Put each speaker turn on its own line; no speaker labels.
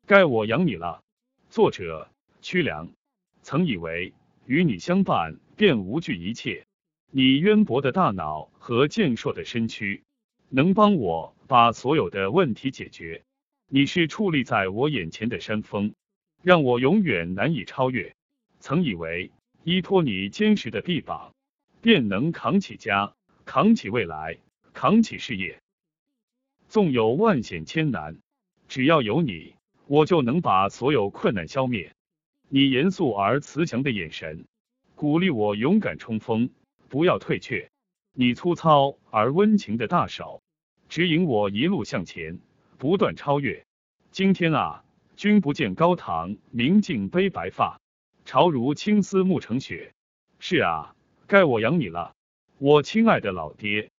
该我养你了。作者屈良。曾以为与你相伴便无惧一切，你渊博的大脑和健硕的身躯能帮我把所有的问题解决。你是矗立在我眼前的山峰，让我永远难以超越。曾以为依托你坚实的臂膀，便能扛起家，扛起未来，扛起事业。纵有万险千难，只要有你，我就能把所有困难消灭。你严肃而慈祥的眼神，鼓励我勇敢冲锋，不要退却。你粗糙而温情的大手，指引我一路向前，不断超越。今天啊，君不见高堂明镜悲白发，朝如青丝暮成雪。是啊，该我养你了，我亲爱的老爹。